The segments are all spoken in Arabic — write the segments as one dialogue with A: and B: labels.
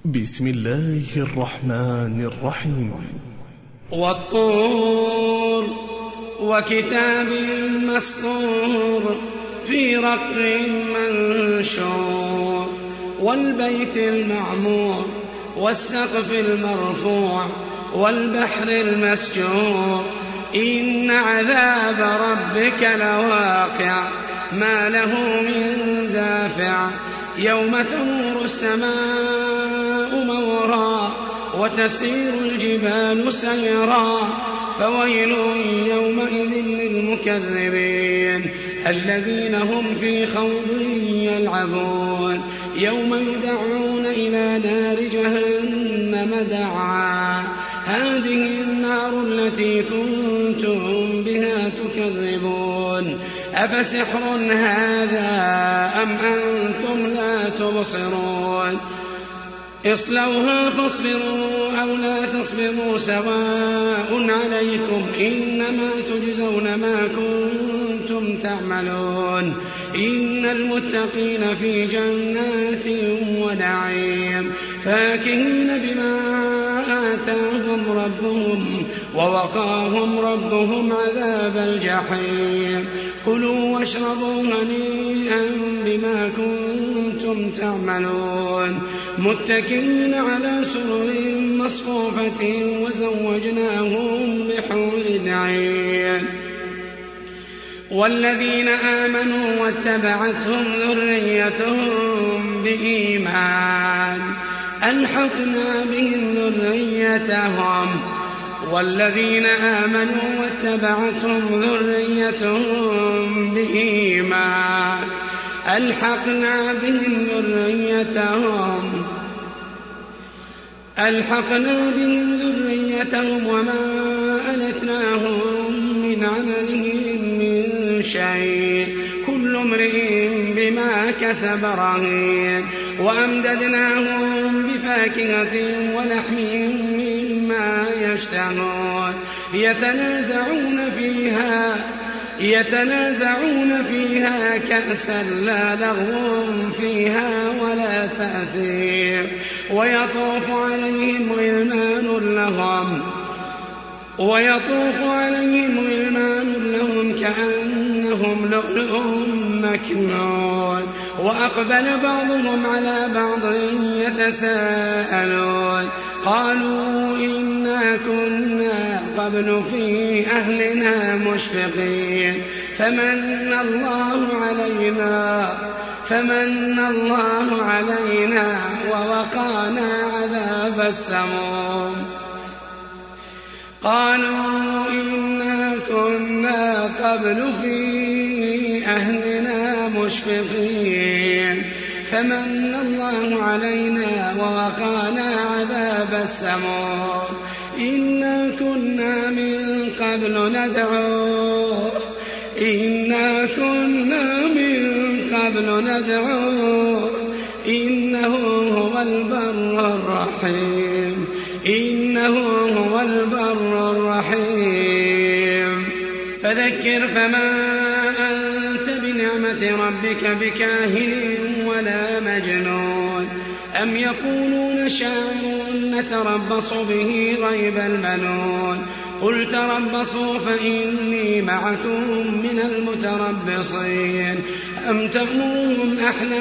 A: بسم الله الرحمن الرحيم.
B: والطور وكتاب مسطور في رق منشور والبيت المعمور والسقف المرفوع والبحر المسجور إن عذاب ربك لواقع ما له من دافع يوم تمور السماء مورا وتسير الجبال سيرا فويل يومئذ للمكذبين الذين هم في خوض يلعبون يوم يدعون إلى نار جهنم دعا هذه النار التي كنتم بها تكذبون أفسحر هذا أم أنتم لا تبصرون اصلوها فاصبروا أو لا تصبروا سواء عليكم إنما تجزون ما كنتم تعملون إن المتقين في جنات ونعيم فاكهين بما آتاهم ربهم ووقاهم ربهم عذاب الجحيم كلوا واشربوا هنيئا بما كنتم تعملون متكئين على سرر مصفوفة وزوجناهم بحور عين والذين آمنوا واتبعتهم ذريتهم بإيمان ألحقنا بهم ذريتهم والذين آمنوا واتبعتهم ذريتهم بإيمان ألحقنا بهم ذريتهم وما ألتناهم من عملهم من شيء كل امرئ بما كسب رهين وأمددناهم بفاكهة ولحم مما يشتهون يتنازعون فيها كأسا لا لغو فيها ولا تأثير ويطوف عليهم غلمان لهم كأنهم لؤلؤ مكنون وأقبل بعضهم على بعض يتساءلون قالوا إنا كنا قبل في أهلنا مشفقين فمن الله علينا ووقانا عذاب السموم قالوا إنا كنا قبل في أهلنا مشفقين فمن الله علينا ووقانا عذاب السموم إنا كنا من قبل ندعوه إنه هو البر الرحيم فذكر فما أنت بنعمة ربك بكاهن ولا مجنون أم يقولون شاعر نتربص به ريب المنون قل تربصوا فإني معكم من المتربصين أم تأمرهم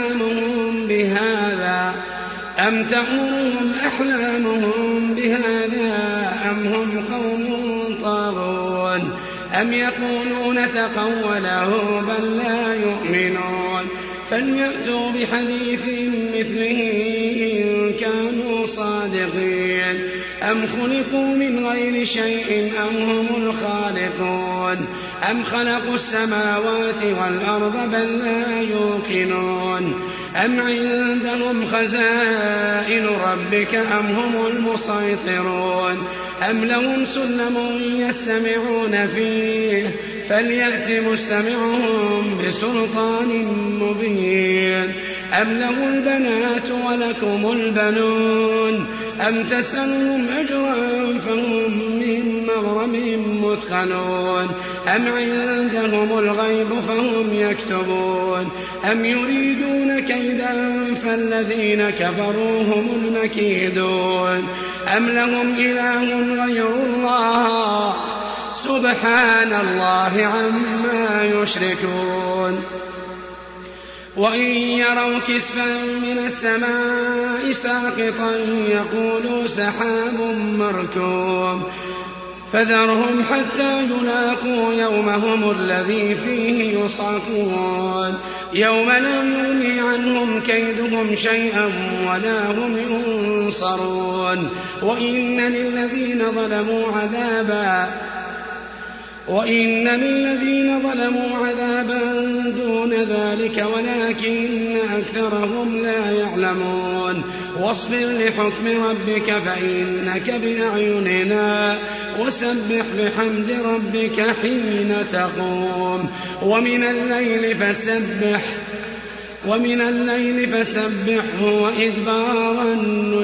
B: أحلامهم بهذا أم هم قوم طاغون أم يقولون تقوله بل لا يؤمنون فليأتوا بحديث مثله إن كانوا صادقين أم خلقوا من غير شيء أم هم الخالقون أم خلقوا السماوات والأرض بل لا يوقنون أم عندهم خزائن ربك أم هم المسيطرون أم لهم سلم يستمعون فيه فليأت مستمعهم بسلطان مبين أم له البنات ولكم البنون أم تسألهم أجرا فهم من مغرم مثقلون أم عندهم الغيب فهم يكتبون أم يريدون كيدا فالذين كفروا هم المكيدون أم لهم إله غير الله سبحان الله عما يشركون وإن يروا كسفا من السماء ساقطا يقولوا سحاب مركوم فذرهم حتى يلاقوا يومهم الذي فيه يصعقون يوم لا يغني عنهم كيدهم شيئا ولا هم ينصرون وإن للذين ظلموا عذابا دون ذلك ولكن أكثرهم لا يعلمون واصبر لحكم ربك فإنك بأعيننا وسبح بحمد ربك حين تقوم ومن الليل فسبحه وإدبار النجوم